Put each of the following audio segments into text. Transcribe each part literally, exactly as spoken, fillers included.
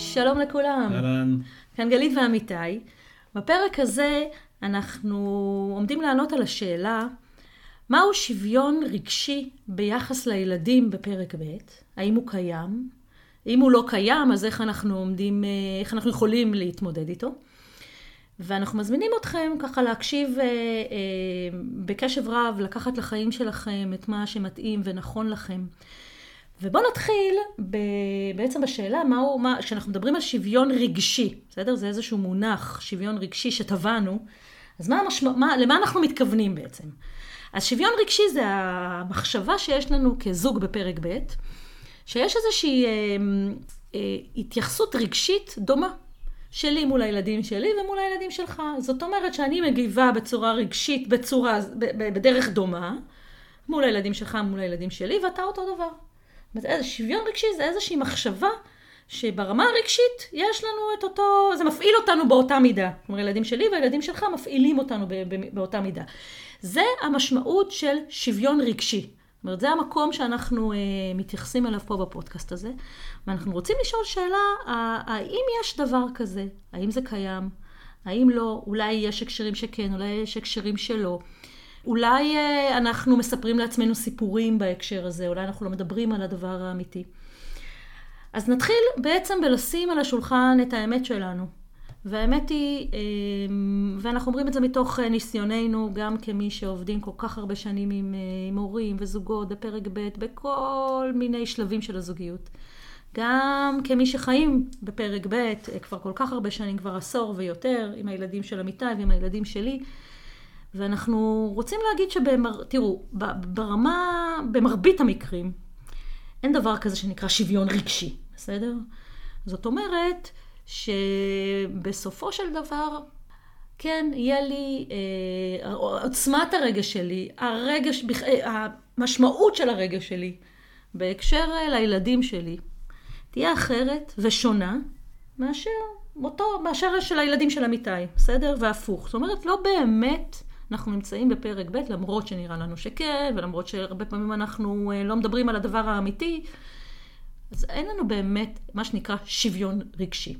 שלום לכולם. אהלן. כאן גלית ועמיתי. בפרק הזה אנחנו עומדים לענות על השאלה, מהו שוויון רגשי ביחס לילדים בפרק ב'? האם הוא קיים? אם הוא לא קיים, אז איך אנחנו עומדים, איך אנחנו יכולים להתמודד איתו? ואנחנו מזמינים אתכם ככה להקשיב אה, אה, בקשב רב, לקחת לחיים שלכם את מה שמתאים ונכון לכם. ובואו נתחיל ב, בעצם בשאלה, מהו, מה, שאנחנו מדברים על שוויון רגשי, בסדר? זה איזשהו מונח, שוויון רגשי שטבענו. אז מה המשמע, מה, למה אנחנו מתכוונים בעצם? אז שוויון רגשי זה המחשבה שיש לנו כזוג בפרק ב', שיש איזושהי אה, אה, התייחסות רגשית דומה. שלי מול הילדים שלי ומול הילדים שלך. זאת אומרת שאני מגיבה בצורה רגשית, בצורה, בדרך דומה, מול הילדים שלך, מול הילדים שלי, ואתה אותו דבר. שוויון רגשי זה איזושהי מחשבה שברמה הרגשית יש לנו את אותו, זה מפעיל אותנו באותה מידה. כלומר, הילדים שלי והילדים שלך מפעילים אותנו באותה מידה. זה המשמעות של שוויון רגשי. זאת אומרת, זה המקום שאנחנו אה, מתייחסים אליו פה בפודקאסט הזה, ואנחנו רוצים לשאול שאלה, האם יש דבר כזה? האם זה קיים? האם לא? אולי יש הקשרים שכן, אולי יש הקשרים שלא. אולי אה, אנחנו מספרים לעצמנו סיפורים בהקשר הזה, אולי אנחנו לא מדברים על הדבר האמיתי. אז נתחיל בעצם בלשים על השולחן את האמת שלנו. והאמת היא, ואנחנו אומרים את זה מתוך ניסיוננו, גם כמי שעובדים כל כך הרבה שנים עם, עם הורים וזוגות בפרק ב' בכל מיני שלבים של הזוגיות. גם כמי שחיים בפרק ב' כבר כל כך הרבה שנים, כבר עשור ויותר, עם הילדים של עמיתי ועם הילדים שלי. ואנחנו רוצים להגיד שבמר, תראו, ברמה, במרבית המקרים, אין דבר כזה שנקרא שוויון רגשי, בסדר? זאת אומרת, שבסופו של דבר, כן, יהיה לי, אה, עוצמת הרגש שלי, הרגש, אה, המשמעות של הרגש שלי, בהקשר לילדים שלי, תהיה אחרת ושונה, מאשר אותו, מאשר של הילדים של עמיתי, בסדר? והפוך. זאת אומרת, לא באמת אנחנו נמצאים בפרק ב', למרות שנראה לנו שכן, ולמרות שהרבה פעמים אנחנו לא מדברים על הדבר האמיתי, אז אין לנו באמת מה שנקרא שוויון רגשי.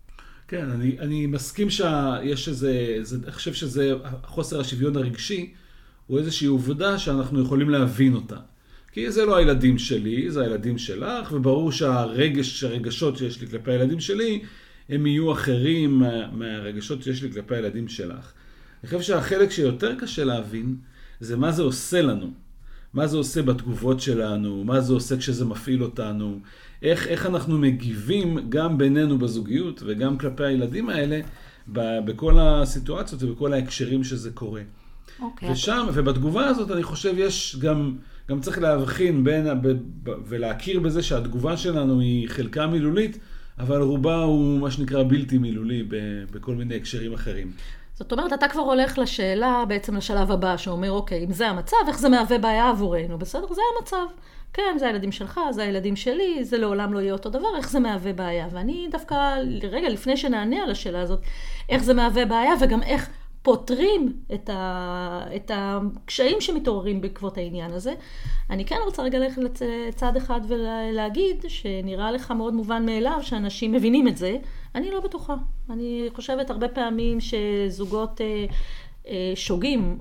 כן, אני, אני מסכים שיש איזה, זה, אני חושב שזה, חוסר השוויון הרגשי, הוא איזושהי עובדה שאנחנו יכולים להבין אותה. כי זה לא הילדים שלי, זה הילדים שלך, וברור שהרגש, הרגשות שיש לי כלפי הילדים שלי, הם יהיו אחרים מה, מהרגשות שיש לי כלפי הילדים שלך. אני חושב שהחלק שיותר קשה להבין, זה מה זה עושה לנו. מה זה עושה בתגובות שלנו, מה זה עושה כשזה מפעיל אותנו, איך, איך אנחנו מגיבים גם בינינו בזוגיות וגם כלפי הילדים האלה, בכל הסיטואציות ובכל ההקשרים שזה קורה. Okay. ושם, ובתגובה הזאת אני חושב יש גם, גם צריך להבחין בין, ולהכיר בזה שהתגובה שלנו היא חלקה מילולית, אבל רובה הוא מה שנקרא בלתי מילולי בכל מיני הקשרים אחרים. זאת אומרת, אתה כבר הולך לשאלה, בעצם לשלב הבא, שאומר, אוקיי, אם זה המצב, איך זה מהווה בעיה עבורנו? בסדר, זה המצב. כן, זה הילדים שלך, זה הילדים שלי, זה לעולם לא יהיה אותו דבר, איך זה מהווה בעיה? ואני דווקא, רגע, לפני שנענה על השאלה הזאת, איך זה מהווה בעיה, וגם איך פותרים את, ה... את הקשיים שמתעוררים בעקבות העניין הזה. אני כן רוצה רגע ללכת לצד אחד ולהגיד שנראה לך מאוד מובן מאליו שאנשים מבינים את זה. אני לא בטוחה. אני חושבת הרבה פעמים שזוגות אה, אה, שוגים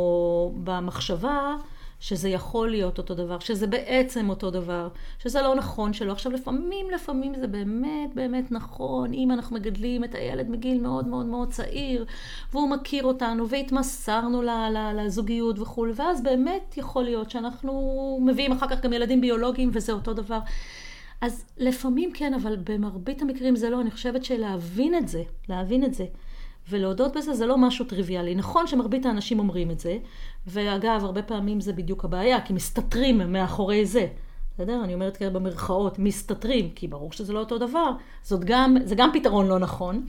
או במחשבה שזה יכול להיות אותו דבר, שזה בעצם אותו דבר, שזה לא נכון שלא. עכשיו לפעמים, לפעמים זה באמת, באמת נכון. אם אנחנו מגדלים את הילד מגיל מאוד מאוד מאוד צעיר, והוא מכיר אותנו, והתמסרנו לזוגיות וכו', ואז באמת יכול להיות שאנחנו מביאים אחר כך גם ילדים ביולוגיים, וזה אותו דבר. אז לפעמים כן, אבל במרבית המקרים זה לא. אני חושבת שלהבין את זה, להבין את זה, ולהודות בזה, זה לא משהו טריוויאלי. נכון שמרבית האנשים אומרים את זה, ואגב, הרבה פעמים זה בדיוק הבעיה, כי מסתתרים מאחורי זה. בסדר? אני אומרת כאלה במרכאות, מסתתרים, כי ברור שזה לא אותו דבר. זאת גם, זה גם פתרון לא נכון,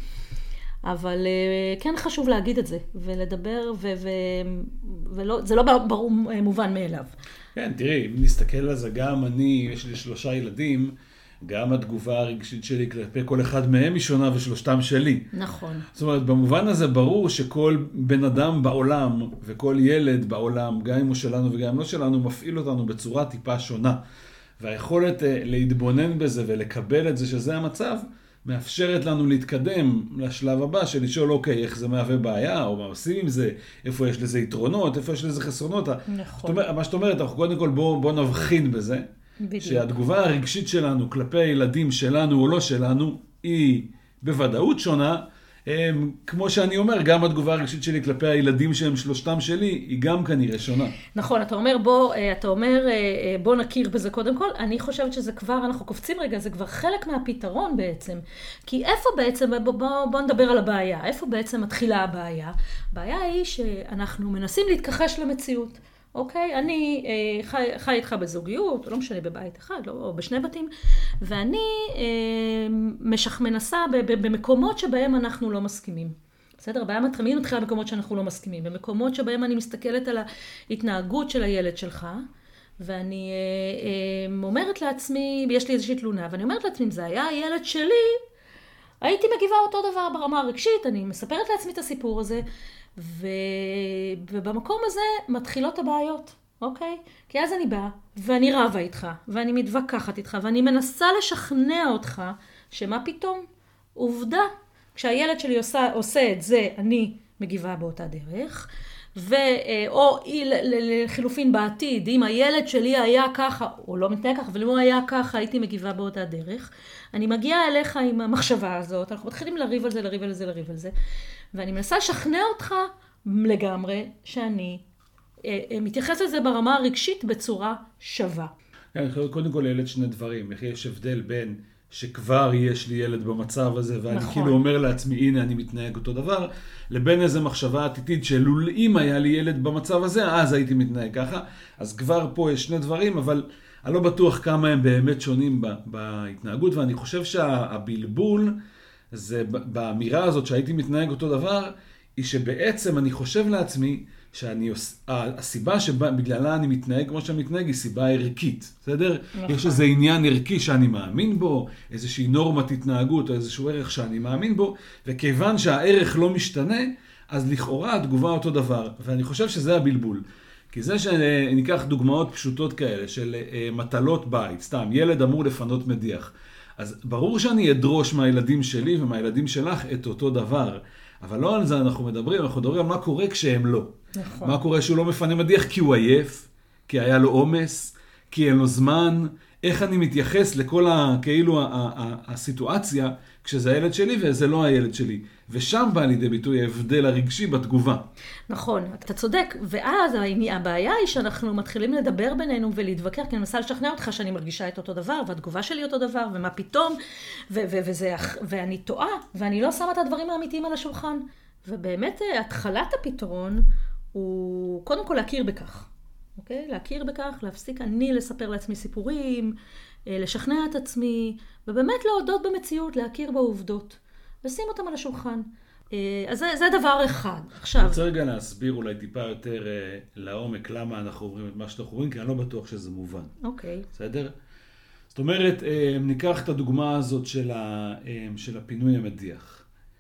אבל כן חשוב להגיד את זה, ולדבר, ו- ו- ולא, זה לא ברור מובן מאליו. כן, תראי, אם נסתכל על זה, גם אני, יש לי שלושה ילדים, גם התגובה הרגשית שלי כלפי כל אחד מהם היא שונה ושלושתם שלי. נכון. זאת אומרת, במובן הזה ברור שכל בן אדם בעולם וכל ילד בעולם, גם אם הוא שלנו וגם אם לא שלנו, מפעיל אותנו בצורה טיפה שונה. והיכולת להתבונן בזה ולקבל את זה שזה המצב, מאפשרת לנו להתקדם לשלב הבא של לשאול, אוקיי, איך זה מהווה בעיה, או מה עושים עם זה, איפה יש לזה יתרונות, איפה יש לזה חסרונות. נכון. אומרת, מה שאת אומרת, אנחנו קודם כל בוא, בוא נבחין בזה, בדיוק. שהתגובה הרגשית שלנו כלפי הילדים שלנו או לא שלנו, היא בוודאות שונה, כמו שאני אומר, גם התגובה הרגשית שלי כלפי הילדים שהם שלושתם שלי, היא גם כנראה שונה. נכון, אתה אומר, בוא, אתה אומר, בוא נכיר בזה קודם כל. אני חושבת שזה כבר, אנחנו קופצים רגע, זה כבר חלק מהפתרון בעצם. כי איפה בעצם, בוא, בוא, בוא נדבר על הבעיה, איפה בעצם מתחילה הבעיה? הבעיה היא שאנחנו מנסים להתכחש למציאות. אוקיי? אני אה, חי, חי איתך בזוגיות, לא משנה בבית אחד, לא, או בשני בתים, ואני אה, משך מנסה ב, ב, במקומות שבהם אנחנו לא מסכימים. בסדר? הבעיה תמיד מתחילה במקומות שאנחנו לא מסכימים. במקומות שבהם אני מסתכלת על ההתנהגות של הילד שלך, ואני אה, אה, אומרת לעצמי, יש לי איזושהי תלונה, ואני אומרת לעצמי, אם זה היה הילד שלי, הייתי מגיבה אותו דבר ברמה הרגשית, אני מספרת לעצמי את הסיפור הזה, ו... ובמקום הזה מתחילות הבעיות, אוקיי? כי אז אני באה, ואני רבה איתך, ואני מתווכחת איתך, ואני מנסה לשכנע אותך, שמה פתאום? עובדה, כשהילד שלי עושה, עושה את זה, אני מגיבה באותה דרך, ו... או לחילופין בעתיד, אם הילד שלי היה ככה, או לא מתנהג ככה, אבל אם הוא היה ככה, הייתי מגיבה באותה דרך, אני מגיעה אליך עם המחשבה הזאת, אנחנו מתחילים לריב על זה, לריב על זה, לריב על זה, ואני מנסה לשכנע אותך לגמרי שאני אה, מתייחס לזה ברמה הרגשית בצורה שווה. קודם כל ילד שני דברים, יש הבדל בין שכבר יש לי ילד במצב הזה, ואני נכון. כאילו אומר לעצמי, הנה אני מתנהג אותו דבר, לבין איזו מחשבה עתידית שלול אם היה לי ילד במצב הזה, אז הייתי מתנהג ככה. אז כבר פה יש שני דברים, אבל אני לא בטוח כמה הם באמת שונים בהתנהגות, ואני חושב שהבלבול, זה באמירה הזאת שהייתי מתנהג אותו דבר, היא שבעצם אני חושב לעצמי שאני, הסיבה שבגללה אני מתנהג כמו שאני מתנהג היא סיבה ערכית, בסדר? נכון. יש איזה עניין ערכי שאני מאמין בו, איזושהי נורמת התנהגות או איזשהו ערך שאני מאמין בו, וכיוון שהערך לא משתנה, אז לכאורה התגובה אותו דבר, ואני חושב שזה הבלבול. כי זה שניקח דוגמאות פשוטות כאלה של מטלות בית, סתם, ילד אמור לפנות מדיח. אז ברור שאני אדרוש מהילדים שלי ומהילדים שלך את אותו דבר, אבל לא על זה אנחנו מדברים, אנחנו מדברים על מה קורה כשהם לא. נכון. מה קורה שהוא לא מפנה מדיח כי הוא עייף, כי היה לו עומס, כי אין לו זמן, איך אני מתייחס לכל ה, כאילו ה, ה, ה, הסיטואציה כשזה הילד שלי וזה לא הילד שלי. ושם בא לידי ביטוי ההבדל הרגשי בתגובה. נכון, אתה צודק. ואז הבעיה היא שאנחנו מתחילים לדבר בינינו ולהתווכח, כי אני מנסה לשכנע אותך שאני מרגישה את אותו דבר, והתגובה שלי אותו דבר, ומה פתאום, ו- ו- וזה, ואני טועה, ואני לא שמה את הדברים האמיתיים על השולחן. ובאמת, התחלת הפתרון הוא קודם כל להכיר בכך. אוקיי? להכיר בכך, להפסיק אני לספר לעצמי סיפורים, לשכנע את עצמי, ובאמת להודות במציאות, להכיר בעובדות, לשים אותם על השולחן. אז זה, זה דבר אחד. עכשיו... אני רוצה רגע להסביר אולי טיפה יותר לעומק למה אנחנו אומרים את מה שאנחנו אומרים, כי אני לא בטוח שזה מובן. אוקיי. בסדר? זאת אומרת, ניקח את הדוגמה הזאת של, ה, של הפינוי המדיח.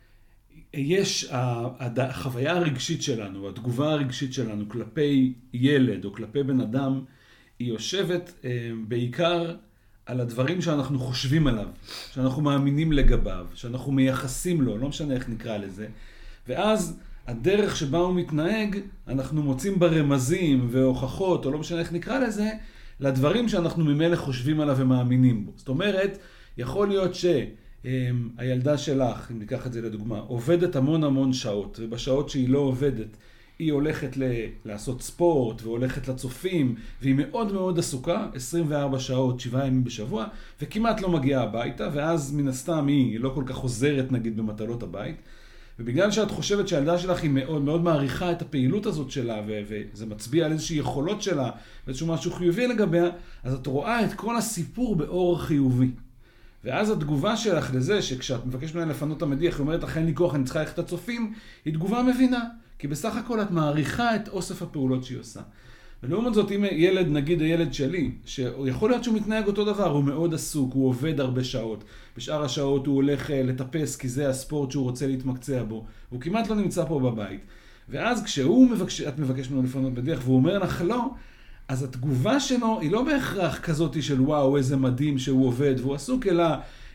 יש החוויה הרגשית שלנו, התגובה הרגשית שלנו כלפי ילד או כלפי בן אדם, היא יושבת בעיקר על הדברים שאנחנו חושבים עליו, שאנחנו מאמינים לגביו, שאנחנו מייחסים לו, לא משנה איך נקרא לזה. ואז הדרך שבה הוא מתנהג, אנחנו מוצאים ברמזים והוכחות, או לא משנה איך נקרא לזה, לדברים שאנחנו ממילא חושבים עליו ומאמינים בו. זאת אומרת, יכול להיות ש... הילדה שלך, אם ניקח את זה לדוגמה, עובדת המון המון שעות, ובשעות שהיא לא עובדת, היא הולכת ל- לעשות ספורט, והולכת לצופים, והיא מאוד מאוד עסוקה, עשרים וארבע שעות, שבעה ימים בשבוע, וכמעט לא מגיעה הביתה, ואז מן הסתם היא לא כל כך עוזרת, נגיד, במטלות הבית, ובגלל שאת חושבת שהילדה שלך היא מאוד מאוד מעריכה את הפעילות הזאת שלה, ו- וזה מצביע על איזושהי יכולות שלה, ואיזשהו משהו חיובי לגביה, אז את רואה את כל הסיפור באור חיובי. ואז התגובה שלך לזה, שכשאת מבקשת ממנה לפנות את המדיח, היא אומרת, אכן לי כוח, אני צריכה ללכת לצופים, היא תגובה מבינה. כי בסך הכל את מעריכה את אוסף הפעולות שהיא עושה. ולעומת זאת, אם ילד, נגיד הילד שלי, שיכול להיות שהוא מתנהג אותו דבר, הוא מאוד עסוק, הוא עובד הרבה שעות. בשאר השעות הוא הולך לטפס, כי זה הספורט שהוא רוצה להתמקצע בו. הוא כמעט לא נמצא פה בבית. ואז כשהוא מבקש, את מבקשת ממנו לפנות מדיח, והוא אומר לך לא, אז התגובה שלו היא לא בהכרח כזאת של וואו, איזה מדהים שהוא עובד והוא עסוק, אלא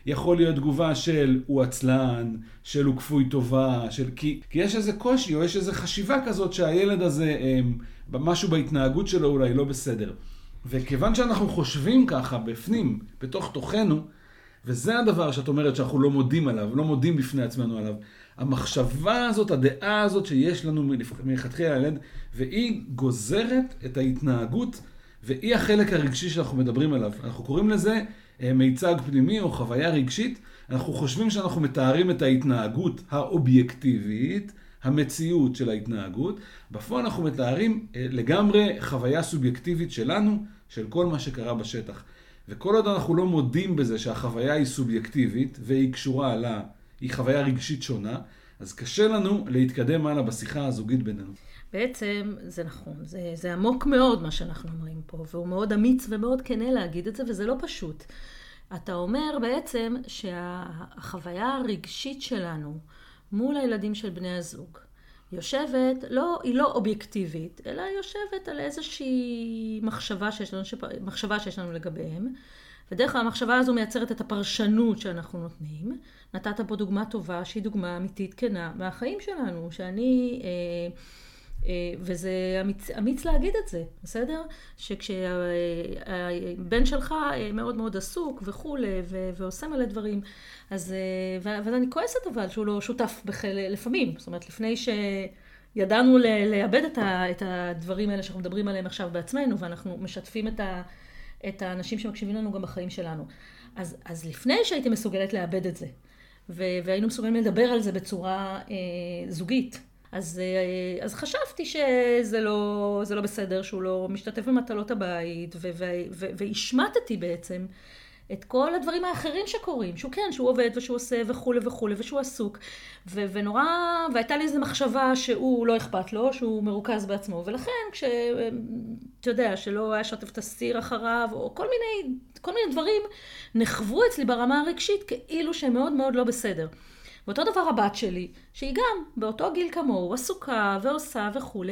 יכול להיות תגובה של הוא עצלן, של הוא כפוי טובה, של... כי, כי יש איזה קושי או יש איזה חשיבה כזאת שהילד הזה, משהו בהתנהגות שלו אולי לא בסדר. וכיוון שאנחנו חושבים ככה בפנים, בתוך תוכנו, וזה הדבר שאת אומרת שאנחנו לא מודים עליו, לא מודים בפני עצמנו עליו, המחשבה הזאת, הדעה הזאת שיש לנו מלכתחילה הילד, והיא גוזרת את ההתנהגות, והיא החלק הרגשי שאנחנו מדברים עליו. אנחנו קוראים לזה מיצג פנימי או חוויה רגשית. אנחנו חושבים שאנחנו מתארים את ההתנהגות האובייקטיבית, המציאות של ההתנהגות. בפועל אנחנו מתארים לגמרי חוויה סובייקטיבית שלנו, של כל מה שקרה בשטח. וכל עוד אנחנו לא מודים בזה שהחוויה היא סובייקטיבית והיא קשורה לה, היא חוויה רגשית שונה, אז קשה לנו להתקדם הלאה בשיחה הזוגית בינינו. בעצם זה נכון, זה, זה עמוק מאוד מה שאנחנו אומרים פה, והוא מאוד אמיץ ומאוד כנה להגיד את זה, וזה לא פשוט. אתה אומר בעצם שהחוויה הרגשית שלנו מול הילדים של בני הזוג יושבת, לא, היא לא אובייקטיבית, אלא היא יושבת על איזושהי מחשבה שיש לנו, מחשבה שיש לנו לגביהם, ודרך המחשבה הזו מייצרת את הפרשנות שאנחנו נותנים. נתת פה דוגמה טובה שהיא דוגמה אמיתית כנה מהחיים שלנו, שאני... אה, וזה אמיץ, אמיץ להגיד את זה, בסדר? שכשהבן שלך מאוד מאוד עסוק וכו' ועושה מלא דברים, אז, ואני כועסת אבל שהוא לא שותף לפעמים, זאת אומרת לפני שידענו לאבד את הדברים האלה שאנחנו מדברים עליהם עכשיו בעצמנו, ואנחנו משתפים את, ה, את האנשים שמקשיבים לנו גם בחיים שלנו. אז, אז לפני שהייתי מסוגלת לאבד את זה, והיינו מסוגלים לדבר על זה בצורה אה, זוגית, אז, אז חשבתי שזה לא, זה לא בסדר, שהוא לא משתתף במטלות הבית, והשמטתי בעצם את כל הדברים האחרים שקורים, שהוא כן, שהוא עובד ושהוא עושה וכו' וכו' ושהוא עסוק, ו- ונורא, והייתה לי איזו מחשבה שהוא לא אכפת לו, שהוא מרוכז בעצמו, ולכן כש, אתה יודע, שלא היה שתף את הסיר אחריו, או כל מיני, כל מיני דברים נחוו אצלי ברמה הרגשית, כאילו שהם מאוד מאוד לא בסדר. ואותו דבר הבת שלי, שהיא גם באותו גיל כמוהו, עסוקה ועושה וכו'.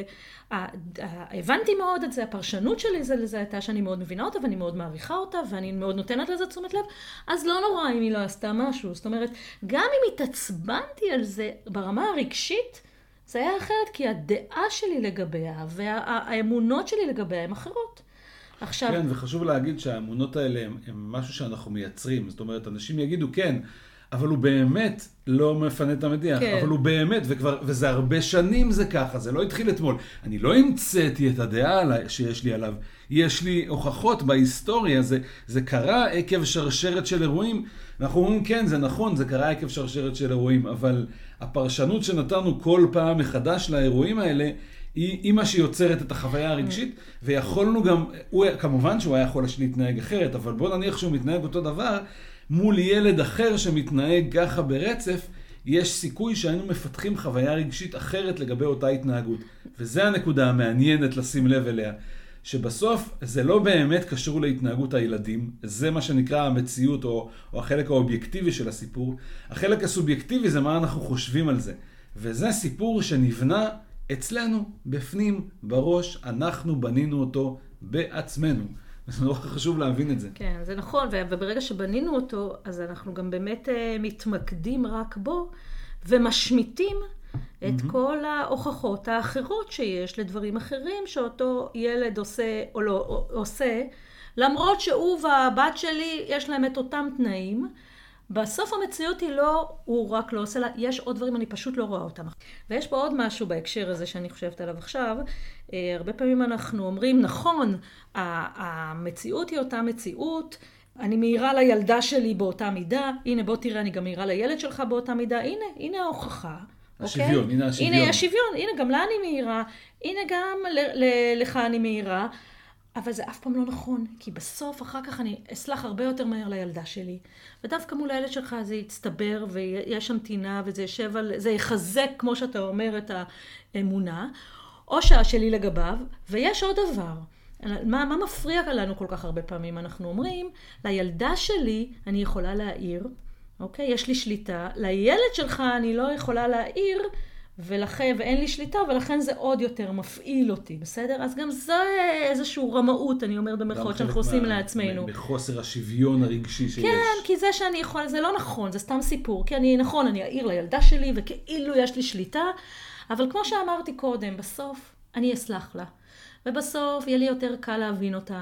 הבנתי מאוד את זה, הפרשנות שלי זה לזה הייתה שאני מאוד מבינה אותה, ואני מאוד מעריכה אותה, ואני מאוד נותנת לזה תשומת לב, אז לא נורא אם היא לא עשתה משהו. זאת אומרת, גם אם התעצבנתי על זה ברמה הרגשית, זה היה אחרת, כי הדעה שלי לגביה, והאמונות שלי לגביה הן אחרות. עכשיו... כן, וחשוב להגיד שהאמונות האלה הן משהו שאנחנו מייצרים. זאת אומרת, אנשים יגידו, כן, אבל הוא באמת לא מפנה את המדיח, כן. אבל הוא באמת, וכבר, וזה הרבה שנים זה ככה, זה לא התחיל אתמול. אני לא המצאתי את הדעה שיש לי עליו, יש לי הוכחות בהיסטוריה, זה, זה קרה עקב שרשרת של אירועים, ואנחנו אומרים כן, זה נכון, זה קרה עקב שרשרת של אירועים, אבל הפרשנות שנתנו כל פעם מחדש לאירועים האלה, היא, היא מה שיוצרת את החוויה הרגשית, ויכולנו גם, הוא, כמובן שהוא היה יכול להתנהג אחרת, אבל בוא נניח שהוא מתנהג אותו דבר, מול ילד אחר שמתנהג ככה ברצף, יש סיכוי שהיינו מפתחים חוויה רגשית אחרת לגבי אותה התנהגות. וזה הנקודה המעניינת לשים לב אליה, שבסוף זה לא באמת קשור להתנהגות הילדים, זה מה שנקרא המציאות או, או החלק האובייקטיבי של הסיפור. החלק הסובייקטיבי זה מה אנחנו חושבים על זה. וזה סיפור שנבנה אצלנו, בפנים, בראש, אנחנו בנינו אותו בעצמנו. זה נורא חשוב להבין את זה. כן, זה נכון, וברגע שבנינו אותו, אז אנחנו גם באמת מתמקדים רק בו, ומשמיטים את mm-hmm. כל ההוכחות האחרות שיש לדברים אחרים, שאותו ילד עושה או לא עושה, למרות שהוא והבת שלי יש להם את אותם תנאים, בסוף המציאות היא לא, הוא רק לא עושה לה, יש עוד דברים, אני פשוט לא רואה אותם. ויש פה עוד משהו בהקשר הזה שאני חושבת עליו עכשיו. הרבה פעמים אנחנו אומרים, נכון, המציאות היא אותה מציאות, אני מהירה לילדה שלי באותה מידה, הנה בוא תראה, אני גם מהירה לילד שלך באותה מידה, הנה, הנה ההוכחה. השוויון, אוקיי? הנה השוויון. הנה השוויון, הנה גם לה אני מהירה, הנה גם ל- ל- לך אני מהירה. אבל זה אף פעם לא נכון, כי בסוף אחר כך אני אסלח הרבה יותר מהר לילדה שלי. ודווקא מול הילד שלך זה יצטבר ויש שם תינה וזה ישב על, זה יחזק כמו שאתה אומר את האמונה, או שהשלי לגביו, ויש עוד דבר. מה, מה מפריע לנו כל כך הרבה פעמים? אנחנו אומרים, לילדה שלי אני יכולה להעיר, אוקיי? יש לי שליטה, לילד שלך אני לא יכולה להעיר, ולכן, ואין לי שליטה, ולכן זה עוד יותר מפעיל אותי, בסדר? אז גם זה איזשהו רמאות, אני אומרת במרכאות, שאנחנו עושים לעצמנו. בחוסר השוויון הרגשי שיש. כן, כי זה שאני יכול, זה לא נכון, זה סתם סיפור, כי אני, נכון, אני אעיר לילדה שלי, וכאילו יש לי שליטה, אבל כמו שאמרתי קודם, בסוף אני אסלח לה. ובסוף יהיה לי יותר קל להבין אותה,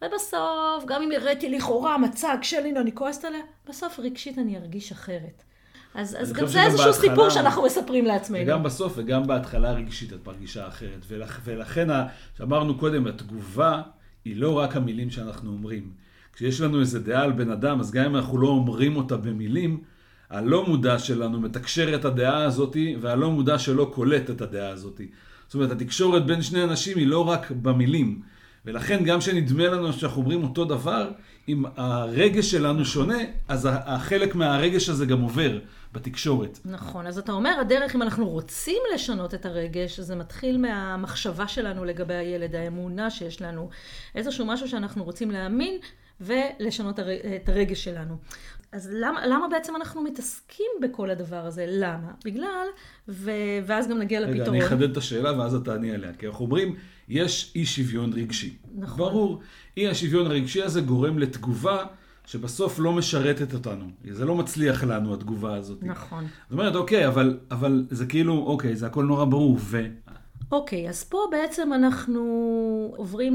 ובסוף, גם אם הראיתי לכאורה מצג שלי, אני כועסת עליה, בסוף רגשית אני ארגיש אחרת. אז, אז גם זה איזשהו בהתחלה, סיפור שאנחנו מספרים לעצמנו. וגם בסוף וגם בהתחלה הרגשית את מרגישה אחרת. ולכ, ולכן, שאמרנו קודם, התגובה היא לא רק המילים שאנחנו אומרים. כשיש לנו איזה דעה על בן אדם, אז גם אם אנחנו לא אומרים אותה במילים, הלא מודע שלנו מתקשר את הדעה הזאת, והלא מודע שלא קולט את הדעה הזאת. זאת אומרת, התקשורת בין שני אנשים היא לא רק במילים. ולכן גם שנדמה לנו שאנחנו אומרים אותו דבר, אם הרגש שלנו שונה, אז החלק מהרגש הזה גם עובר בתקשורת. נכון, אז אתה אומר, הדרך, אם אנחנו רוצים לשנות את הרגש, זה מתחיל מהמחשבה שלנו לגבי הילד, האמונה שיש לנו, איזשהו משהו שאנחנו רוצים להאמין, ולשנות את הרגש שלנו. אז למה, למה בעצם אנחנו מתעסקים בכל הדבר הזה? למה? בגלל, ו... ואז גם נגיע לפתרון. רגע, אני אחדד את השאלה ואז אתה תעני עליה. כי אנחנו אומרים, יש אי שוויון רגשי. נכון. ברור, אי השוויון הרגשי הזה גורם לתגובה שבסוף לא משרתת אותנו. זה לא מצליח לנו, התגובה הזאת. נכון. זאת אומרת, אוקיי, אבל, אבל זה כאילו, אוקיי, זה הכל נורא ברור, ו... אוקיי, אז פה בעצם אנחנו עוברים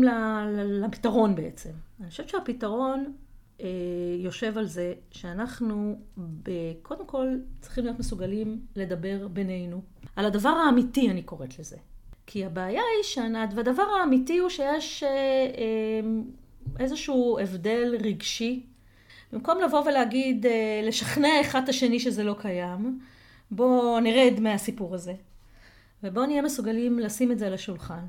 לפתרון בעצם. אני חושבת שהפתרון אה, יושב על זה שאנחנו קודם כל צריכים להיות מסוגלים לדבר בינינו. על הדבר האמיתי אני קוראת לזה. כי הבעיה היא שענת, והדבר האמיתי הוא שיש אה, אה, איזשהו הבדל רגשי. במקום לבוא ולהגיד, אה, לשכנע אחד את השני שזה לא קיים, בוא נרד מהסיפור הזה. ובואו נהיה מסוגלים לשים את זה על השולחן.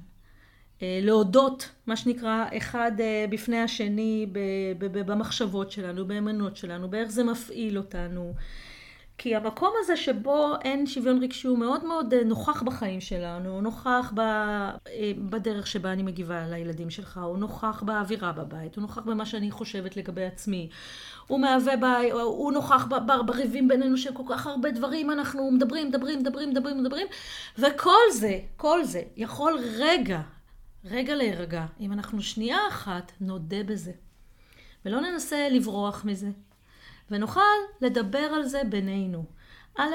להודות, מה שנקרא, אחד בפני השני במחשבות שלנו, באמונות שלנו, באיך זה מפעיל אותנו. כי המקום הזה שבו אין שוויון רגשי הוא מאוד מאוד נוכח בחיים שלנו, הוא נוכח בדרך שבה אני מגיבה לילדים שלך, הוא נוכח באווירה בבית, הוא נוכח במה שאני חושבת לגבי עצמי. הוא מהווה, ב... הוא נוכח בריבים בינינו של כל כך הרבה דברים, אנחנו מדברים, מדברים, מדברים, מדברים, מדברים, וכל זה, כל זה יכול רגע, רגע להירגע, אם אנחנו שנייה אחת נודה בזה, ולא ננסה לברוח מזה, ונוכל לדבר על זה בינינו. א',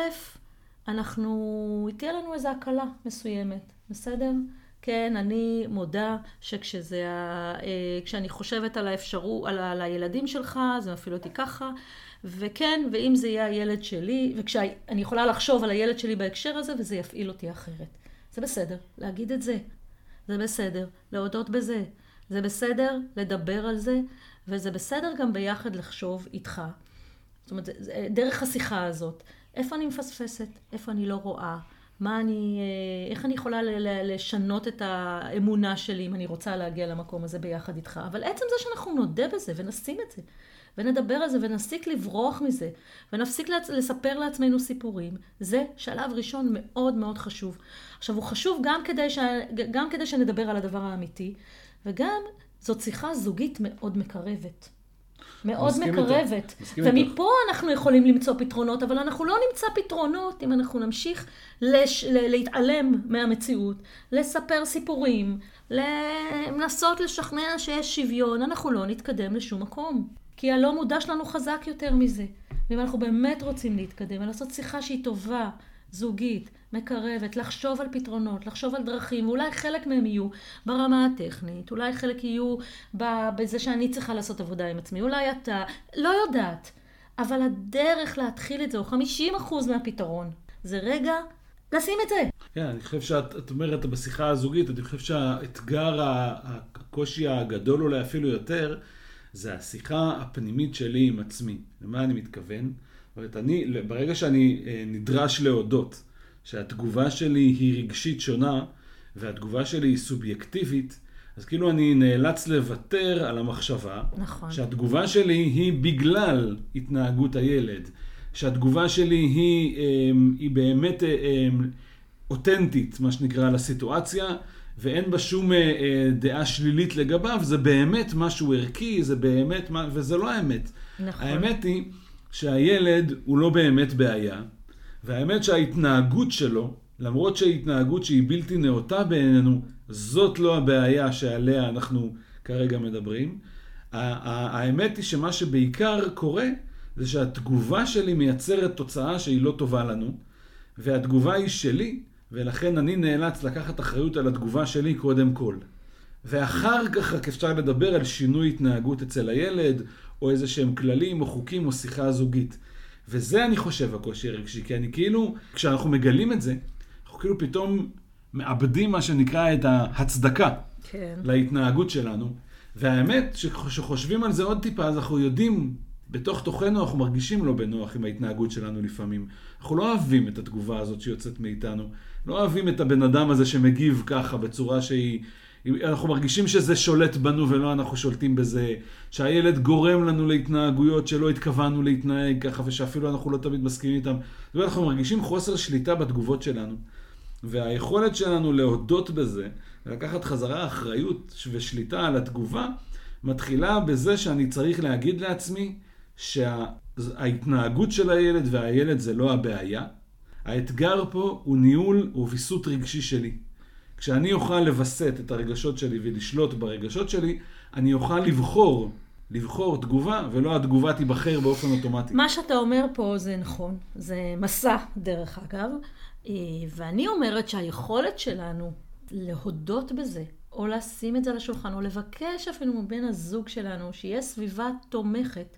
אנחנו, תהיה לנו איזו הקלה מסוימת, בסדר? כן, אני מודה שכשזה, כשאני חושבת על האפשרות, על, על הילדים שלך, זה מפעיל אותי ככה, וכן, ואם זה יהיה הילד שלי, וכשאני יכולה לחשוב על הילד שלי בהקשר הזה, וזה יפעיל אותי אחרת. זה בסדר, להגיד את זה. זה בסדר, להודות בזה. זה בסדר, לדבר על זה, וזה בסדר גם ביחד לחשוב איתך. זאת אומרת, דרך השיחה הזאת, איפה אני מפספסת, איפה אני לא רואה, מה אני, איך אני יכולה לשנות את האמונה שלי אם אני רוצה להגיע למקום הזה ביחד איתך. אבל עצם זה שאנחנו נודה בזה ונשים את זה, ונדבר על זה ונפסיק לברוח מזה, ונפסיק לספר לעצמנו סיפורים, זה שלב ראשון מאוד מאוד חשוב. עכשיו הוא חשוב גם כדי, ש... גם כדי שנדבר על הדבר האמיתי, וגם זאת שיחה זוגית מאוד מקרבת. מאוד מקרבת. ומפה אנחנו יכולים למצוא פתרונות, אבל אנחנו לא נמצא פתרונות אם אנחנו נמשיך לש... להתעלם מהמציאות, לספר סיפורים, לנסות לשכנע שיש שוויון, אנחנו לא נתקדם לשום מקום. כי הלא מודע שלנו חזק יותר מזה. ואם אנחנו באמת רוצים להתקדם ולעשות שיחה שהיא טובה, זוגית, מקרבת, לחשוב על פתרונות, לחשוב על דרכים, ואולי חלק מהם יהיו ברמה הטכנית, אולי חלק יהיו בזה שאני צריכה לעשות עבודה עם עצמי, אולי אתה, לא יודעת, אבל הדרך להתחיל את זה, או חמישים אחוז מהפתרון, זה רגע לשים את זה. כן, אני חושב שאת את אומרת בשיחה הזוגית, אני חושב שהאתגר, הקושי הגדול אולי אפילו יותר, זה השיחה הפנימית שלי עם עצמי. למה אני מתכוון? אני, ברגע שאני נדרש להודות שהתגובה שלי היא רגשית שונה והתגובה שלי היא סובייקטיבית, אז כאילו אני נאלץ לוותר על המחשבה, נכון. שהתגובה שלי היא בגלל התנהגות הילד, שהתגובה שלי היא, היא באמת אותנטית, מה שנקרא, לסיטואציה, ואין בה שום דעה שלילית לגביו, זה באמת משהו ערכי, זה באמת, וזה לא האמת. נכון. האמת היא שהילד הוא לא באמת בעיה, והאמת שההתנהגות שלו למרות שההתנהגות שהיא בלתי נאותה בעינינו, זאת לא הבעיה שעליה אנחנו כרגע מדברים. האמת היא שמה שבעיקר קורה, זה שהתגובה שלי מייצרת תוצאה שהיא לא טובה לנו, והתגובה היא שלי, ולכן אני נאלץ לקחת אחריות על התגובה שלי קודם כל. ואחר כך רק אפשר לדבר על שינוי התנהגות אצל הילד, או איזה שהם כללים או חוקים או שיחה זוגית. וזה אני חושב הקושי הרגשי, כי אני כאילו, כשאנחנו מגלים את זה, אנחנו כאילו פתאום מאבדים מה שנקרא את ההצדקה כן. להתנהגות שלנו. והאמת, שחושבים על זה עוד טיפה, אז אנחנו יודעים, בתוך תוכנו אנחנו מרגישים לא בנוח עם ההתנהגות שלנו לפעמים. אנחנו לא אוהבים את התגובה הזאת שיוצאת מאיתנו. לא אוהבים את הבן אדם הזה שמגיב ככה בצורה שהיא... אנחנו מרגישים שזה שולט בנו ולא אנחנו שולטים בזה. שהילד גורם לנו להתנהגויות שלא התכוונו להתנהג ככה ושאפילו אנחנו לא תמיד מסכימים איתם. ואנחנו מרגישים חוסר שליטה בתגובות שלנו. והיכולת שלנו להודות בזה, לקחת חזרה אחריות ושליטה על התגובה, מתחילה בזה שאני צריך להגיד לעצמי שההתנהגות של הילד והילד זה לא הבעיה. האתגר פה הוא ניהול וויסות רגשי שלי. כשאני אוכל לבסט את הרגשות שלי ולשלוט ברגשות שלי, אני אוכל לבחור, לבחור תגובה, ולא התגובה תיבחר באופן אוטומטי. מה שאתה אומר פה זה נכון, זה מסע דרך אגב, ואני אומרת שהיכולת שלנו להודות בזה, או לשים את זה לשולחן, או לבקש אפילו מבין הזוג שלנו, שיהיה סביבה תומכת,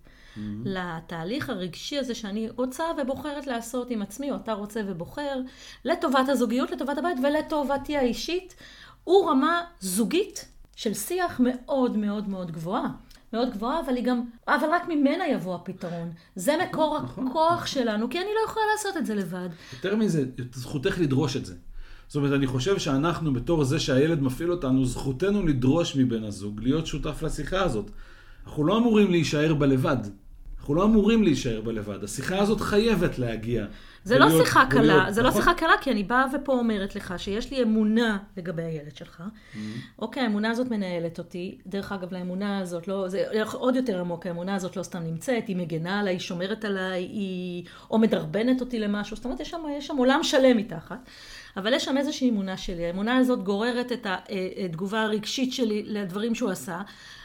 לתהליך הרגשי הזה שאני רוצה ובוחרת לעשות עם עצמי, או אתה רוצה ובוחר, לטובת הזוגיות, לטובת הבית ולטובתי האישית, הוא רמה זוגית של שיח מאוד מאוד מאוד גבוהה. מאוד גבוהה, אבל היא גם, אבל רק ממנה יבוא הפתרון. זה מקור הכוח שלנו, כי אני לא יכולה לעשות את זה לבד. יותר מזה, זכותך לדרוש את זה. זאת אומרת, אני חושב שאנחנו בתור זה שהילד מפעיל אותנו, זכותנו לדרוש מבן הזוג, להיות שותף לשיחה הזאת. אנחנו לא אמורים להישאר בלבד. אנחנו לא אמורים להישאר בלבד. השיחה הזאת חייבת להגיע. זה לא שיחה קלה, זה לא שיחה קלה, כי אני באה ופה אומרת לך שיש לי אמונה לגבי הילד שלך. אוקיי, האמונה הזאת מנהלת אותי. דרך אגב, לאמונה הזאת לא, זה עוד יותר עמוק, האמונה הזאת לא סתם נמצאת, היא מגנה עליי, היא שומרת עליי, היא או מדרבנת אותי למשהו. זאת אומרת, יש שם, יש שם עולם שלם מתחת. אבל יש שם איזושהי אמונה שלי. האמונה הזאת גוררת את התגובה הרגשית שלי לדברים שהוא עשה.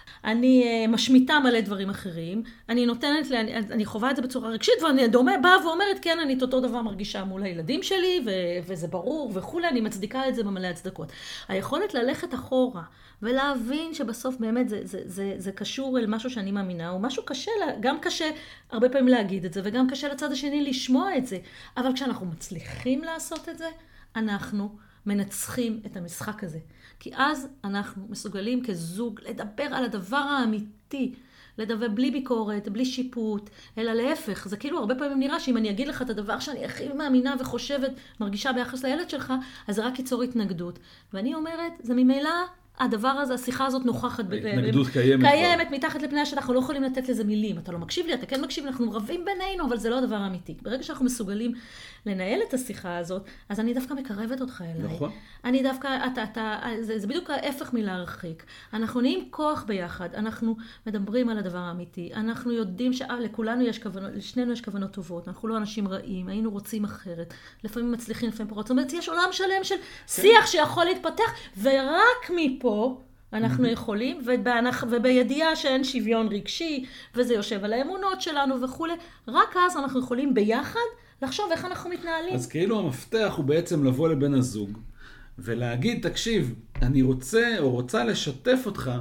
אני משמיטה מלא דברים אחרים, אני נותנת, אני, אני חווה את זה בצורה רגשית, ואני דומה באה ואומרת, כן, אני את אותו דבר מרגישה מול הילדים שלי, ו, וזה ברור וכולי, אני מצדיקה את זה במלא הצדקות. היכולת ללכת אחורה, ולהבין שבסוף באמת זה, זה, זה, זה קשור אל משהו שאני מאמינה, הוא משהו קשה, גם קשה הרבה פעמים להגיד את זה, וגם קשה לצד השני לשמוע את זה, אבל כשאנחנו מצליחים לעשות את זה, אנחנו מנצחים את המשחק הזה. כי אז אנחנו מסוגלים כזוג לדבר על הדבר האמיתי, לדבר בלי ביקורת, בלי שיפוט, אלא להפך. זה כאילו הרבה פעמים נראה שאם אני אגיד לך את הדבר שאני הכי מאמינה וחושבת, מרגישה ביחס לילד שלך, אז זה רק ייצור התנגדות. ואני אומרת, זה ממילא הדבר הזה, השיחה הזאת נוכחת. התנגדות קיימת. קיימת מתחת לפני השטח, אנחנו לא יכולים לתת לזה מילים. אתה לא מקשיב לי, אתה כן מקשיב, אנחנו רבים בינינו, אבל זה לא הדבר האמיתי. ברגע שאנחנו מסוגלים לנהל את השיחה הזאת, אז אני דווקא מקרבת אותך אליי. נכון. אני דווקא, אתה, אתה, זה, זה בדיוק ההפך מלהרחיק. אנחנו נהיים כוח ביחד, אנחנו מדברים על הדבר האמיתי, אנחנו יודעים שלכולנו יש כוונות, לשנינו יש כוונות טובות, אנחנו לא אנשים רעים, היינו רוצים אחרת, לפעמים מצליחים, לפעמים פחות. זאת אומרת, יש עולם שלם של שיח שיכול להתפתח, ורק מפה אנחנו יכולים, ובידיעה שאין שוויון רגשי, וזה יושב על האמונות שלנו וכו', רק אז אנחנו יכולים ביחד לחשוב איך אנחנו מתנהלים. אז כאילו המפתח הוא בעצם לבוא לבן הזוג, ולהגיד, תקשיב, אני רוצה או רוצה לשתף אותך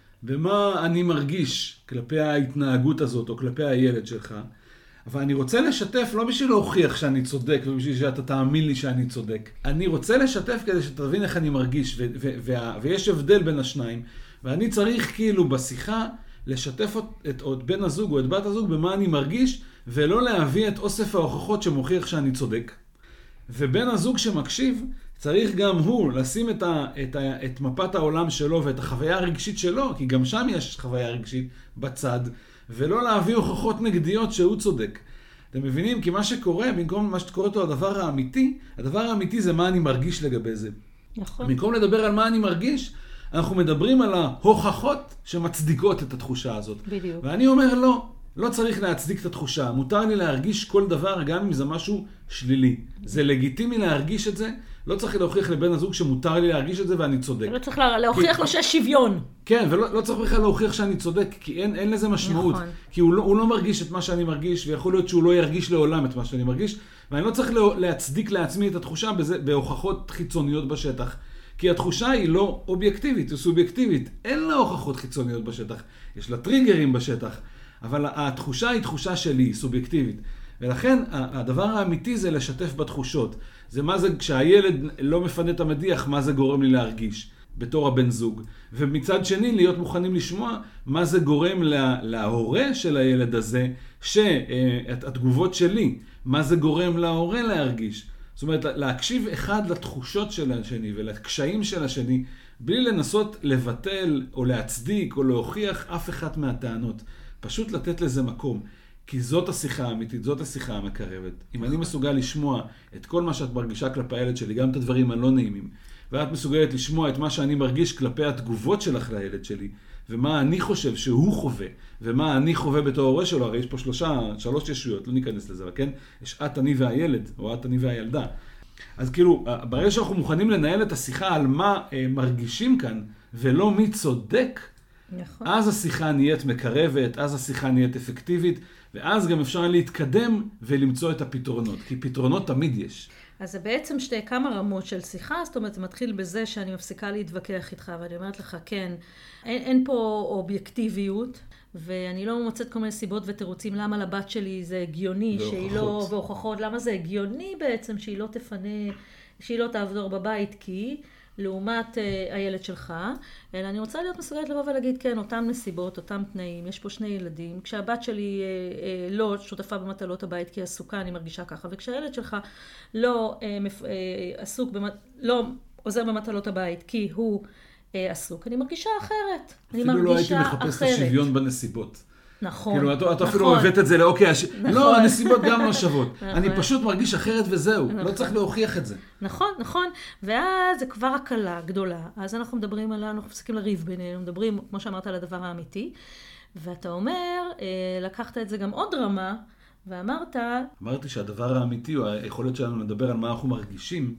במה אני מרגיש כלפי ההתנהגות הזאת או כלפי הילד שלך, אבל אני רוצה לשתף לא בשביל להוכיח שאני צודק ובשביל שאתה תאמין לי שאני צודק. אני רוצה לשתף כדי שתבין איך אני מרגיש, ו- ו- ו- ויש הבדל בין השניים, ואני צריך כאילו בשיחה לשתף את, את בן הזוג או את בת הזוג במה אני מרגיש, ולא להביא את אוסף ההוכחות שמוכיח שאני צודק. ובן הזוג שמקשיב צריך גם הוא לשים את, ה, את, ה, את מפת העולם שלו ואת החוויה הרגשית שלו, כי גם שם יש חוויה רגשית בצד, ולא להביא הוכחות נגדיות שהוא צודק. אתם מבינים? כי מה שקורה, במקום מה שקורה אותו הדבר האמיתי, הדבר האמיתי זה מה אני מרגיש לגבי זה. נכון. במקום לדבר על מה אני מרגיש, אנחנו מדברים על ההוכחות שמצדיקות את התחושה הזאת. בדיוק. ואני אומר לא, לא צריך להצדיק את התחושה. מותר לי להרגיש כל דבר, גם אם זה משהו שלילי. זה לגיטימי להרגיש את זה, לא צריך להוכיח לבן הזוג שמותר לי להרגיש את זה ואני צודק. לא צריך להוכיח לו שיש שוויון. כן, ולא לא צריך בכלל להוכיח שאני צודק, כי אין, אין לזה משמעות. נכון. כי הוא לא, הוא לא מרגיש את מה שאני מרגיש, ויכול להיות שהוא לא ירגיש לעולם את מה שאני מרגיש, ואני לא צריך להצדיק לעצמי את התחושה בזה, בהוכחות חיצוניות בשטח. כי התחושה היא לא אובייקטיבית, היא סובייקטיבית. אין לה הוכחות חיצוניות בשטח. יש לה טריגרים בשטח. אבל התחושה היא תחושה שלי, סובייקטיבית. ולכן הדבר האמיתי זה לשתף בתחושות. זה מה זה, כשהילד לא מפנה את המדיח, מה זה גורם לי להרגיש בתור הבן זוג. ומצד שני, להיות מוכנים לשמוע מה זה גורם לה, להורה של הילד הזה, שהתגובות שלי, מה זה גורם להורה להרגיש. זאת אומרת, להקשיב אחד לתחושות של השני ולקשיים של השני, בלי לנסות לבטל או להצדיק או להוכיח אף אחת מהטענות. פשוט לתת לזה מקום. כי זאת השיחה האמיתית, זאת השיחה המקרבת. אם אני מסוגל לשמוע את כל מה שאת מרגישה כלפי הילד שלי, גם את הדברים הלא נעימים, ואת מסוגלת לשמוע את מה שאני מרגיש כלפי התגובות שלך לילד שלי, ומה אני חושב שהוא חווה, ומה אני חווה בתור הורה שלו, הרי יש פה שלושה, שלוש ישויות, לא ניכנס לזה, כן? יש את, אני והילד, או את, אני והילדה. אז כאילו, ברגע שאנחנו מוכנים לנהל את השיחה על מה מרגישים כאן, ולא מי צודק, נכון. אז השיחה נהיית מקרבת, אז השיחה נהיית אפקטיבית, ואז גם אפשר להתקדם ולמצוא את הפתרונות, כי פתרונות תמיד יש. אז זה בעצם שתי כמה רמות של שיחה, זאת אומרת, זה מתחיל בזה שאני מפסיקה להתווכח איתך, ואני אומרת לך, כן, אין, אין פה אובייקטיביות, ואני לא מוצאת כל מיני סיבות ותירוצים, למה לבת שלי זה הגיוני, והוכחות. שהיא לא, והוכחות, למה זה הגיוני בעצם שהיא לא תפנה, שהיא לא תעבדור בבית, כי לעומת uh, הילד שלך, אלא אני רוצה להיות מסוגלת לבוא ולהגיד, כן, אותם נסיבות, אותם תנאים, יש פה שני ילדים, כשהבת שלי uh, uh, לא שותפה במטלות הבית כי היא עסוקה, אני מרגישה ככה, וכשהילד שלך לא, uh, מפ, uh, עסוק, במת, לא עוזר במטלות הבית כי הוא uh, עסוק, אני מרגישה אחרת. אני אפילו לא הייתי מחפש את השוויון בנסיבות. נכון. כאילו, אתה נכון. אפילו הבאת את זה לאוקיי, הש... נכון. לא, הנסיבות גם לא שוות. נכון. אני פשוט מרגיש אחרת וזהו. נכון. לא צריך להוכיח את זה. נכון, נכון. ואז זה כבר הקלה גדולה. אז אנחנו מדברים עליה, אנחנו מפסיקים לריב בינינו, מדברים, כמו שאמרת, על הדבר האמיתי. ואתה אומר, לקחת את זה גם עוד רמה, ואמרת... אמרתי שהדבר האמיתי הוא היכולת שלנו לדבר על מה אנחנו מרגישים,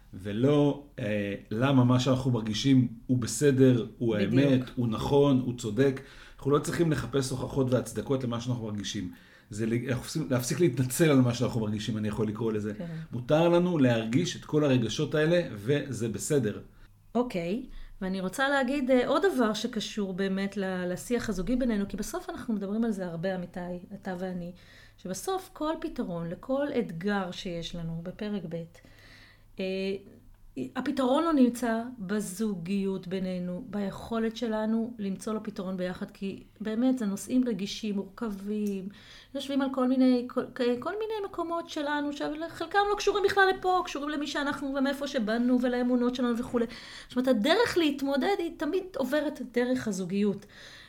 ולא אה, למה מה שאנחנו מרגישים הוא בסדר, הוא בדיוק. האמת, הוא נכון, הוא צודק. אנחנו לא צריכים לחפש הוכחות והצדקות למה שאנחנו מרגישים. זה להפסיק להתנצל על מה שאנחנו מרגישים, אני יכול לקרוא לזה. כן. מותר לנו להרגיש את כל הרגשות האלה, וזה בסדר. אוקיי, ואני רוצה להגיד עוד דבר שקשור באמת לשיח הזוגי בינינו, כי בסוף אנחנו מדברים על זה הרבה, אמיתי, אתה ואני, שבסוף כל פתרון לכל אתגר שיש לנו בפרק ב', הפתרון לא נמצא בזוגיות בינינו, ביכולת שלנו למצוא לו פתרון ביחד, כי באמת זה נושאים רגישים, מורכבים, יושבים על כל מיני, כל, כל מיני מקומות שלנו, שחלקם לא קשורים בכלל לפה, קשורים למי שאנחנו ומאיפה שבאנו ולאמונות שלנו וכו'. זאת אומרת, הדרך להתמודד היא תמיד עוברת דרך הזוגיות.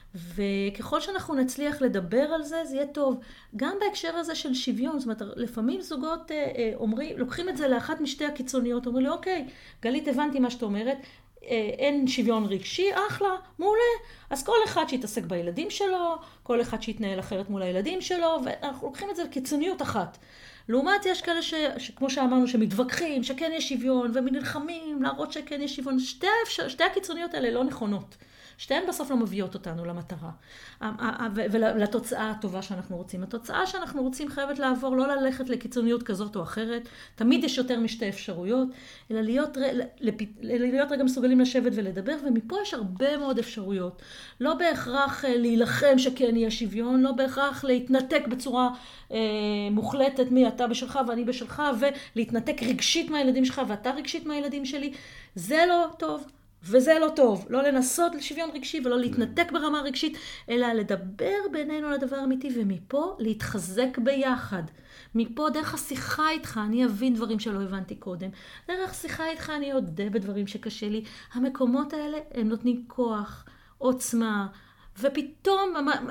וככל שאנחנו נצליח לדבר על זה, זה יהיה טוב. גם בהקשר הזה של שוויון, זאת אומרת, לפעמים זוגות אה, אה, אומרים, לוקחים את זה לאחת משתי הקיצוניות, אומרים לי, אוקיי, גלית, הבנתי מה שאת אומרת, אה, אין שוויון רגשי, אחלה, מעולה. אז כל אחד שיתעסק בילדים שלו, כל אחד שיתנהל אחרת מול הילדים שלו, ואנחנו לוקחים את זה לקיצוניות אחת. לעומת יש כאלה ש, שכמו שאמרנו, שמתווכחים, שכן יש שוויון, ומנלחמים להראות שכן יש שוויון. שתי, שתי הקיצוניות האלה לא נכונות. שתיהן בסוף לא מביאות אותנו למטרה ולתוצאה הטובה שאנחנו רוצים. התוצאה שאנחנו רוצים חייבת לעבור, לא ללכת לקיצוניות כזאת או אחרת. תמיד יש יותר משתי אפשרויות, אלא להיות, להיות רגע מסוגלים לשבת ולדבר, ומפה יש הרבה מאוד אפשרויות. לא בהכרח להילחם שכן יהיה שוויון, לא בהכרח להתנתק בצורה אה, מוחלטת מי אתה בשלך ואני בשלך, ולהתנתק רגשית מהילדים שלך ואתה רגשית מהילדים שלי. זה לא טוב. וזה לא טוב, לא לנסות לשוויון רגשי ולא להתנתק ברמה רגשית, אלא לדבר בינינו על הדבר האמיתי, ומפה להתחזק ביחד. מפה דרך השיחה איתך אני אבין דברים שלא הבנתי קודם. דרך השיחה איתך אני יודע בדברים שקשה לי. המקומות האלה הם נותנים כוח, עוצמה, ופתאום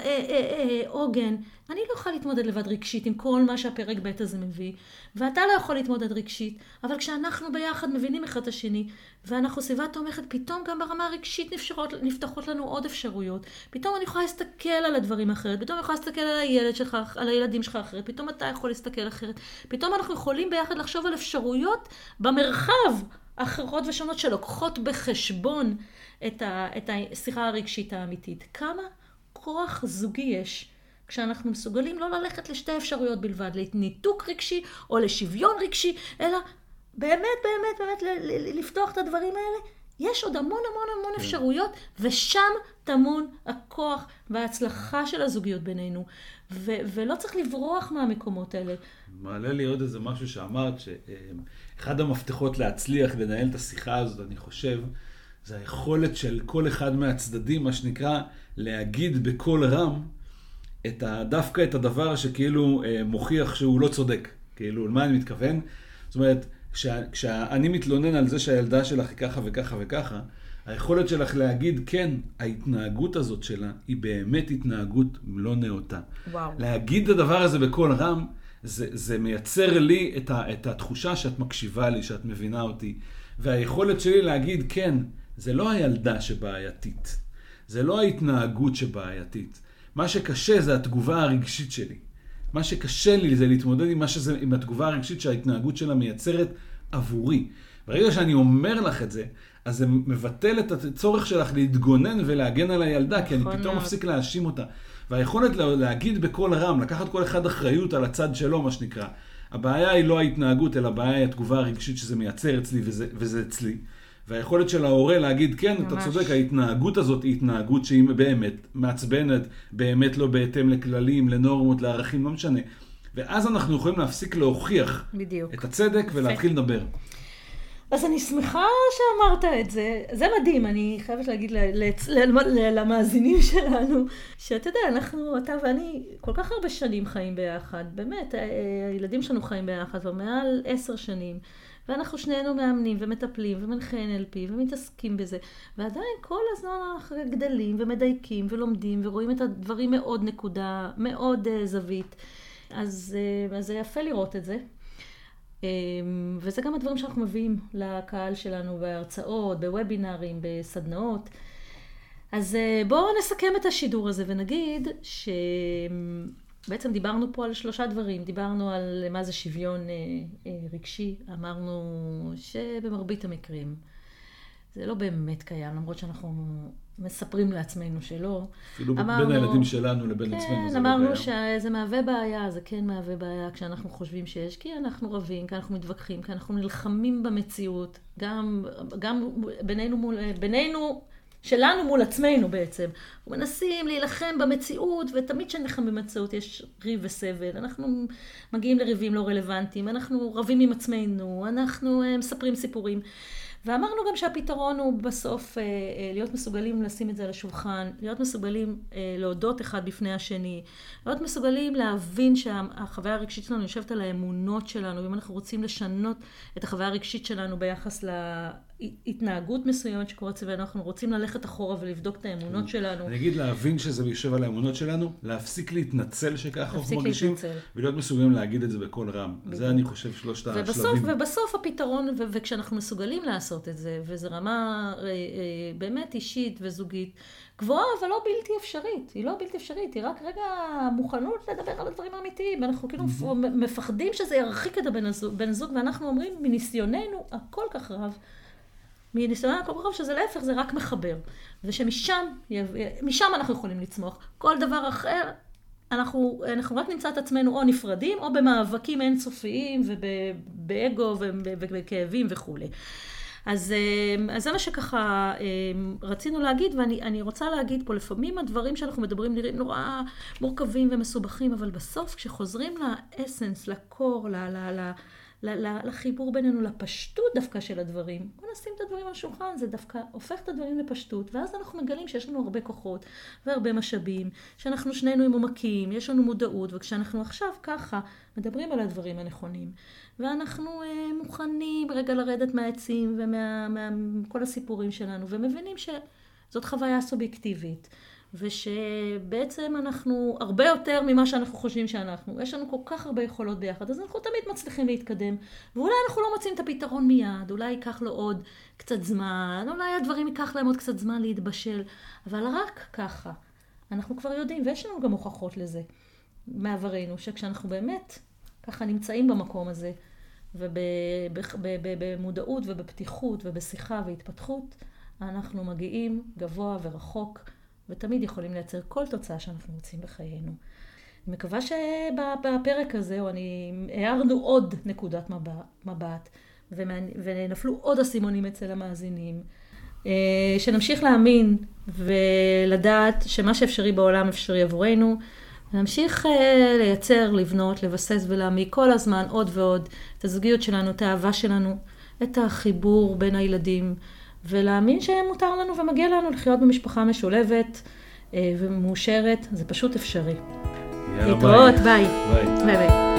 עוגן, אני לא יכולה להתמודד לבד רגשית עם כל מה שהפרק ב' הזה מביא, ואתה לא יכול להתמודד רגשית, אבל כשאנחנו ביחד מבינים אחד את השני, ואנחנו סביבה תומכת, פתאום גם ברמה הרגשית נפשרות, נפתחות לנו עוד אפשרויות. פתאום אני יכולה להסתכל על הדברים אחרת, פתאום אני יכולה להסתכל על הילד שלך, על הילדים שלך אחרת, פתאום אתה יכול להסתכל אחרת, פתאום אנחנו יכולים ביחד לחשוב על אפשרויות במרחב אחרות ושונות שלוקחות בחשבון את, ה, את השיחה הרגשית האמיתית. כמה כוח זוגי יש כשאנחנו מסוגלים לא ללכת לשתי אפשרויות בלבד, לניתוק רגשי או לשוויון רגשי, אלא באמת, באמת, באמת לפתוח את הדברים האלה. יש עוד המון המון המון כן. אפשרויות, ושם טמון הכוח וההצלחה של הזוגיות בינינו, ו- ולא צריך לברוח מהמקומות האלה. מעלה לי עוד איזה משהו שאמרת, שאחד המפתחות להצליח לנהל את השיחה הזאת, אני חושב, זה היכולת של כל אחד מהצדדים, מה שנקרא, להגיד בקול רם, את ה, דווקא את הדבר שכאילו מוכיח שהוא לא צודק. כאילו, למה אני מתכוון? זאת אומרת, כשה, כשאני מתלונן על זה שהילדה שלך היא ככה וככה וככה, היכולת שלך להגיד, כן, ההתנהגות הזאת שלה היא באמת התנהגות לא נאותה. וואו. להגיד את הדבר הזה בקול רם, זה, זה מייצר לי את, ה, את התחושה שאת מקשיבה לי, שאת מבינה אותי. והיכולת שלי להגיד, כן, זה לא הילדה שבעייתית. זה לא ההתנהגות שבעייתית. מה שקשה זה התגובה הרגשית שלי. מה שקשה לי זה להתמודד עם, שזה, עם התגובה הרגשית שההתנהגות שלה מייצרת עבורי. ברגע שאני אומר לך את זה, אז זה מבטל את הצורך שלך להתגונן ולהגן על הילדה, כי אני פתאום מפסיק להאשים אותה. והיכולת להגיד בקול רם, לקחת כל אחד אחריות על הצד שלו, מה שנקרא. הבעיה היא לא ההתנהגות, אלא הבעיה היא התגובה הרגשית שזה מייצר אצלי וזה, וזה אצלי. והיכולת של ההורה להגיד, כן, ממש. אתה צודק, ההתנהגות הזאת היא התנהגות שהיא באמת מעצבנת, באמת לא בהתאם לכללים, לנורמות, לערכים, לא משנה. ואז אנחנו יכולים להפסיק להוכיח בדיוק. את הצדק ולהתחיל לדבר. אז אני שמחה שאמרת את זה. זה מדהים, אני חייבת להגיד למאזינים שלנו, שאתה יודע, אנחנו, אתה ואני, כל כך הרבה שנים חיים ביחד. באמת, הילדים שלנו חיים ביחד, ומעל עשר שנים. ואנחנו שנינו מאמנים ומטפלים ומנחי אן אל פי ומתעסקים בזה. ועדיין כל הזמן אנחנו גדלים ומדייקים ולומדים ורואים את הדברים מאוד נקודה, מאוד uh, זווית. אז, uh, אז זה יפה לראות את זה. Um, וזה גם הדברים שאנחנו מביאים לקהל שלנו בהרצאות, בוובינרים, בסדנאות. אז uh, בואו נסכם את השידור הזה ונגיד ש... בעצם דיברנו פה על שלושה דברים. דיברנו על מה זה שוויון אה, אה, רגשי. אמרנו שבמרבית המקרים זה לא באמת קיים, למרות שאנחנו מספרים לעצמנו שלא. אפילו אמרנו, בין הילדים שלנו לבין כן, עצמנו זה לא קיים. אמרנו שזה מהווה בעיה, זה כן מהווה בעיה כשאנחנו חושבים שיש, כי אנחנו רבים, כי אנחנו מתווכחים, כי אנחנו נלחמים במציאות, גם, גם בינינו מול, בינינו, שלנו מול עצמנו בעצם. אנחנו מנסים להילחם במציאות, ותמיד כשנלחם במציאות יש ריב וסבל. אנחנו מגיעים לריבים לא רלוונטיים, אנחנו רבים עם עצמנו, אנחנו מספרים סיפורים. ואמרנו גם שהפתרון הוא בסוף להיות מסוגלים לשים את זה על השולחן, להיות מסוגלים להודות אחד בפני השני, להיות מסוגלים להבין שהחוויה הרגשית שלנו יושבת על האמונות שלנו, ואם אנחנו רוצים לשנות את החוויה הרגשית שלנו ביחס להתנהגות מסוימת שקורית סביבנו, אנחנו רוצים ללכת אחורה ולבדוק את האמונות שלנו. אני אגיד להבין שזה יושב על האמונות שלנו, להפסיק להתנצל שככה אנחנו מרגישים, ולהיות מסוגלים להגיד את זה בקול רם. זה אני חושב שלושת השלבים. ובסוף הפתרון, וכשאנחנו מסוגלים לעשות את זה, וזו רמה באמת אישית וזוגית, גבוהה, אבל לא בלתי אפשרית. היא לא בלתי אפשרית, היא רק רגע מוכנות לדבר על הדברים האמיתיים. אנחנו כאילו מפחדים שזה ירחיק את הבן הזוג, ואנחנו אומרים, מניסיוננו הכל כך רב, מניסיוננו הכל כך רב, שזה להפך, זה רק מחבר. ושמשם, משם אנחנו יכולים לצמוח. כל דבר אחר, אנחנו, אנחנו רק נמצא את עצמנו או נפרדים, או במאבקים אינסופיים, ובאגו ובכאבים וכו'. אז, אז זה מה שככה רצינו להגיד, ואני אני רוצה להגיד פה, לפעמים הדברים שאנחנו מדברים נראים נורא מורכבים ומסובכים, אבל בסוף כשחוזרים לאסנס, לקור, ל, ל, ל, לחיבור בינינו, לפשטות דווקא של הדברים, בוא נשים את הדברים על שולחן, זה דווקא הופך את הדברים לפשטות, ואז אנחנו מגלים שיש לנו הרבה כוחות והרבה משאבים, שאנחנו שנינו עם יש לנו מודעות, וכשאנחנו עכשיו ככה מדברים על הדברים הנכונים, ואנחנו אה, מוכנים רגע לרדת מהעצים ומכל הסיפורים שלנו, ומבינים שזאת חוויה סובייקטיבית, ושבעצם אנחנו הרבה יותר ממה שאנחנו חושבים שאנחנו. יש לנו כל כך הרבה יכולות ביחד, אז אנחנו תמיד מצליחים להתקדם. ואולי אנחנו לא מוצאים את הפתרון מיד, אולי ייקח לו עוד קצת זמן, אולי הדברים ייקח להם עוד קצת זמן להתבשל, אבל רק ככה. אנחנו כבר יודעים, ויש לנו גם הוכחות לזה מעברנו, שכשאנחנו באמת ככה נמצאים במקום הזה, ובמודעות ובפתיחות ובשיחה והתפתחות, אנחנו מגיעים גבוה ורחוק, ותמיד יכולים לייצר כל תוצאה שאנחנו רוצים בחיינו. אני מקווה שבפרק הזה, או אני הערנו עוד נקודת מבט, ונפלו עוד הסימונים אצל המאזינים, שנמשיך להאמין ולדעת שמה שאפשרי בעולם אפשרי עבורנו, ונמשיך לייצר, לבנות, לבסס ולהעמיק כל הזמן עוד ועוד את הזוגיות שלנו, את האהבה שלנו, את החיבור בין הילדים, ולהאמין שמותר לנו ומגיע לנו לחיות במשפחה משולבת ומאושרת. זה פשוט אפשרי. יאללה, להתראות, ביי. ביי. ביי ביי.